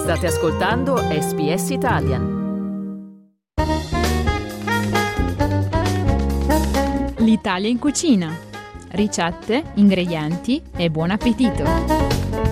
State ascoltando SBS Italian. L'Italia in cucina. Ricette, ingredienti e buon appetito!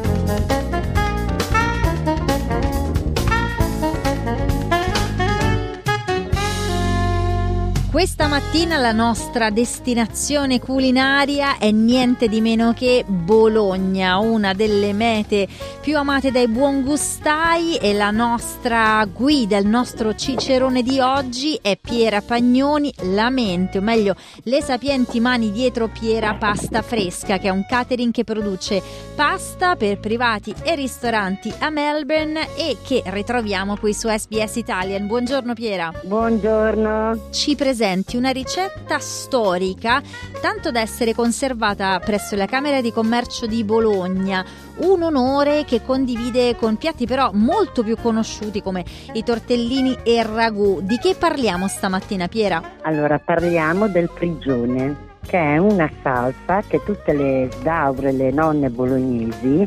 Questa mattina la nostra destinazione culinaria è niente di meno che Bologna, una delle mete più amate dai buongustai, e la nostra guida, il nostro cicerone di oggi è Piera Pagnoni, la mente, o meglio le sapienti mani dietro Piera Pasta Fresca, che è un catering che produce pasta per privati e ristoranti a Melbourne e che ritroviamo qui su SBS Italian. Buongiorno Piera. Buongiorno. Ci presenti una ricetta storica, tanto da essere conservata presso la Camera di Commercio di Bologna, un onore che condivide con piatti però molto più conosciuti come i tortellini e il ragù. Di che parliamo stamattina, Piera? Allora, parliamo del prigione, che è una salsa che tutte le sdaure, le nonne bolognesi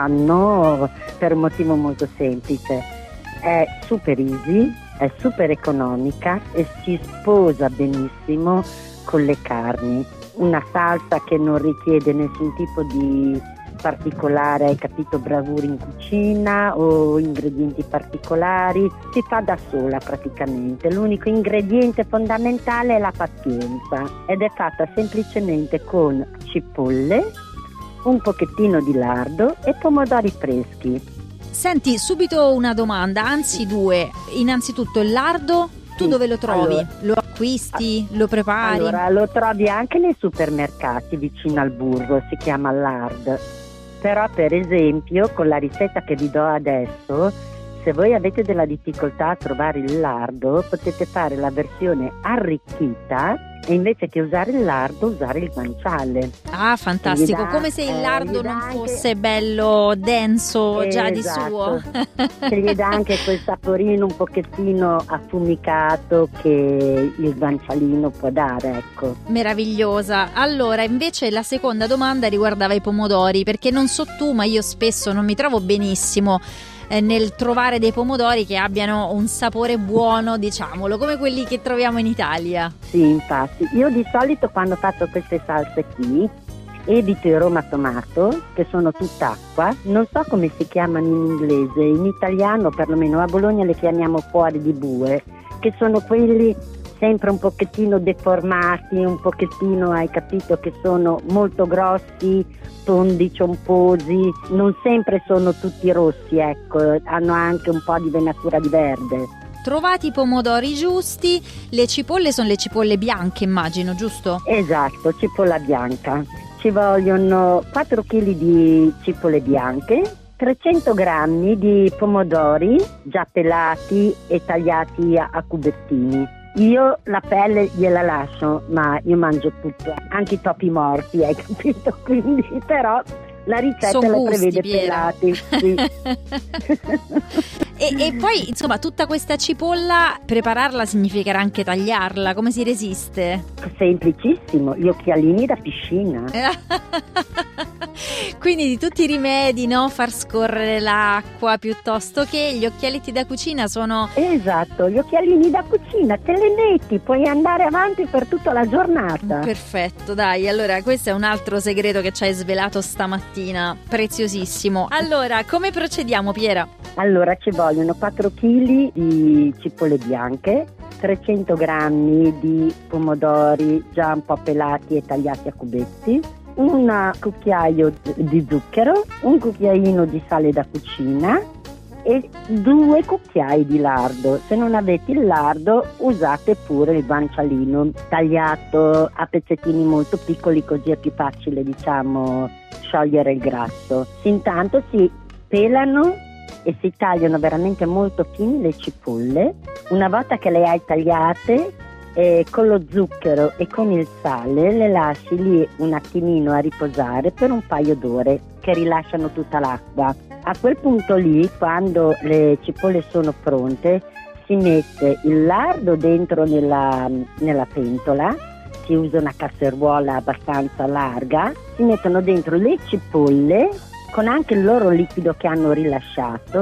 fanno per un motivo molto semplice. È super easy, è super economica e si sposa benissimo con le carni. Una salsa che non richiede nessun tipo di particolare, hai capito, bravura in cucina o ingredienti particolari, si fa da sola praticamente. L'unico ingrediente fondamentale è la pazienza ed è fatta semplicemente con cipolle, un pochettino di lardo e pomodori freschi. Senti, subito una domanda, anzi due. Innanzitutto il lardo, tu dove lo trovi? Allora, lo acquisti? Lo prepari? Allora, lo trovi anche nei supermercati vicino al burro, si chiama lard. Però per esempio con la ricetta che vi do adesso, se voi avete della difficoltà a trovare il lardo, potete fare la versione arricchita e invece che usare il lardo usare il guanciale. Ah, fantastico, come se il lardo non fosse bello denso già di suo. Che gli dà anche quel saporino un pochettino affumicato che il guancialino può dare, ecco. Meravigliosa. Allora, invece la seconda domanda riguardava i pomodori, perché non so tu, ma io spesso non mi trovo benissimo nel trovare dei pomodori che abbiano un sapore buono, diciamolo, come quelli che troviamo in Italia. Sì, infatti, io di solito quando faccio queste salse qui evito il Roma tomato, che sono tutt'acqua, non so come si chiamano in inglese, in italiano perlomeno a Bologna le chiamiamo cuori di bue, che sono quelli sempre un pochettino deformati, un pochettino, hai capito, che sono molto grossi, tondi, ciomposi, non sempre sono tutti rossi, ecco, hanno anche un po' di venatura di verde. Trovati i pomodori giusti, le cipolle sono le cipolle bianche, immagino, giusto? Esatto, cipolla bianca. Ci vogliono 4 kg di cipolle bianche, 300 grammi di pomodori già pelati e tagliati a cubettini. Io la pelle gliela lascio, ma io mangio tutto, anche i topi morti, hai capito? Quindi però la ricetta la prevede pelati. Sì. E poi, insomma, tutta questa cipolla, prepararla significherà anche tagliarla. Come si resiste? Semplicissimo, gli occhialini da piscina. Quindi di tutti i rimedi, no? Far scorrere l'acqua piuttosto che gli occhialetti da cucina sono... Esatto, gli occhialini da cucina, te le metti, puoi andare avanti per tutta la giornata. Perfetto, dai, allora questo è un altro segreto che ci hai svelato stamattina, preziosissimo. Allora, come procediamo, Piera? Allora, ci vogliono 4 kg di cipolle bianche, 300 grammi di pomodori già un po' pelati e tagliati a cubetti, un cucchiaio di zucchero, un cucchiaino di sale da cucina e 2 cucchiai di lardo. Se non avete il lardo usate pure il guancialino tagliato a pezzettini molto piccoli, così è più facile, diciamo, sciogliere il grasso. Intanto si pelano e si tagliano veramente molto fini le cipolle. Una volta che le hai tagliate, con lo zucchero e con il sale le lasci lì un attimino a riposare per un paio d'ore, che rilasciano tutta l'acqua. A quel punto lì, quando le cipolle sono pronte, si mette il lardo dentro nella pentola, si usa una casseruola abbastanza larga, si mettono dentro le cipolle con anche il loro liquido che hanno rilasciato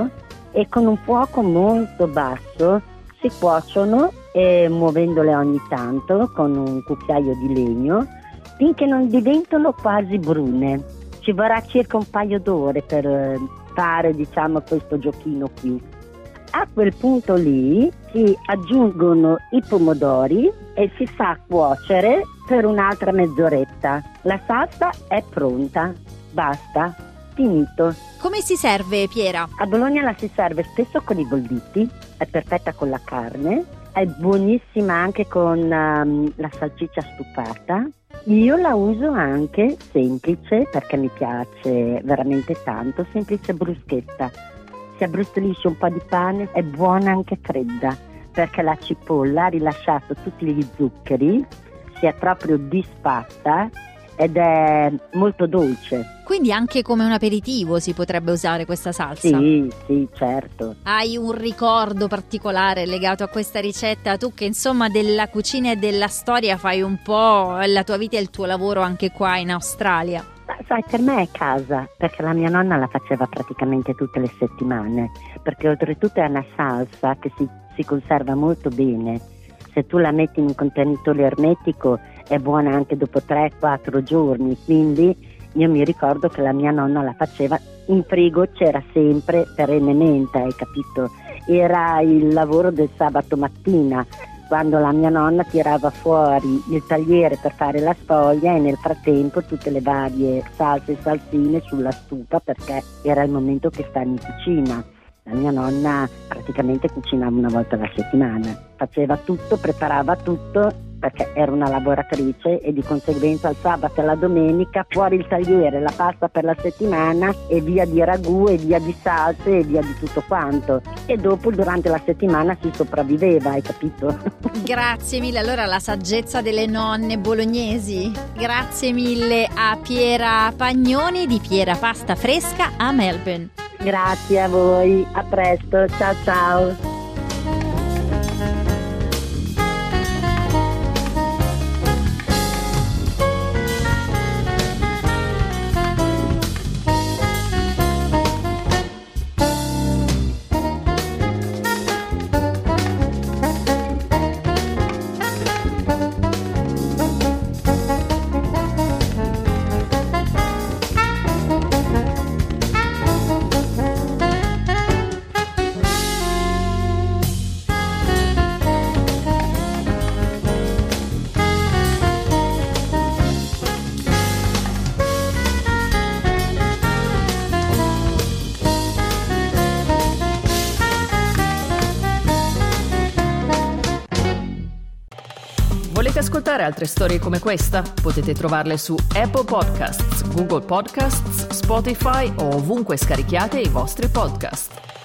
e con un fuoco molto basso si cuociono, muovendole ogni tanto con un cucchiaio di legno finché non diventano quasi brune. Ci vorrà circa un paio d'ore per fare, diciamo, questo giochino qui. A quel punto lì si aggiungono i pomodori e si fa cuocere per un'altra mezz'oretta. La salsa è pronta, basta, finito. Come si serve, Piera? A Bologna la si serve spesso con i bolliti, è perfetta con la carne, è buonissima anche con la salsiccia stufata. Io la uso anche semplice perché mi piace veramente tanto, semplice bruschetta. Si abbrustolisce un po' di pane, è buona anche fredda perché la cipolla ha rilasciato tutti gli zuccheri, si è proprio disfatta ed è molto dolce. Quindi anche come un aperitivo si potrebbe usare questa salsa? Sì, certo. Hai un ricordo particolare legato a questa ricetta? Tu che insomma della cucina e della storia fai un po' la tua vita e il tuo lavoro anche qua in Australia. Sai, per me è casa, perché la mia nonna la faceva praticamente tutte le settimane, perché oltretutto è una salsa che si conserva molto bene. Se tu la metti in un contenitore ermetico è buona anche dopo 3-4 giorni, quindi io mi ricordo che la mia nonna la faceva in frigo, c'era sempre perennemente, hai capito? Era il lavoro del sabato mattina, quando la mia nonna tirava fuori il tagliere per fare la sfoglia e nel frattempo tutte le varie salse e salsine sulla stufa, perché era il momento che stanno in cucina. La mia nonna praticamente cucinava una volta alla settimana, faceva tutto, preparava tutto, perché era una lavoratrice e di conseguenza il sabato e la domenica fuori il tagliere, la pasta per la settimana e via di ragù e via di salse e via di tutto quanto. E dopo durante la settimana si sopravviveva, hai capito? Grazie mille, allora la saggezza delle nonne bolognesi. Grazie mille a Piera Pagnoni di Piera Pasta Fresca a Melbourne. Grazie a voi, a presto, ciao ciao. Volete ascoltare altre storie come questa? Potete trovarle su Apple Podcasts, Google Podcasts, Spotify o ovunque scarichiate i vostri podcast.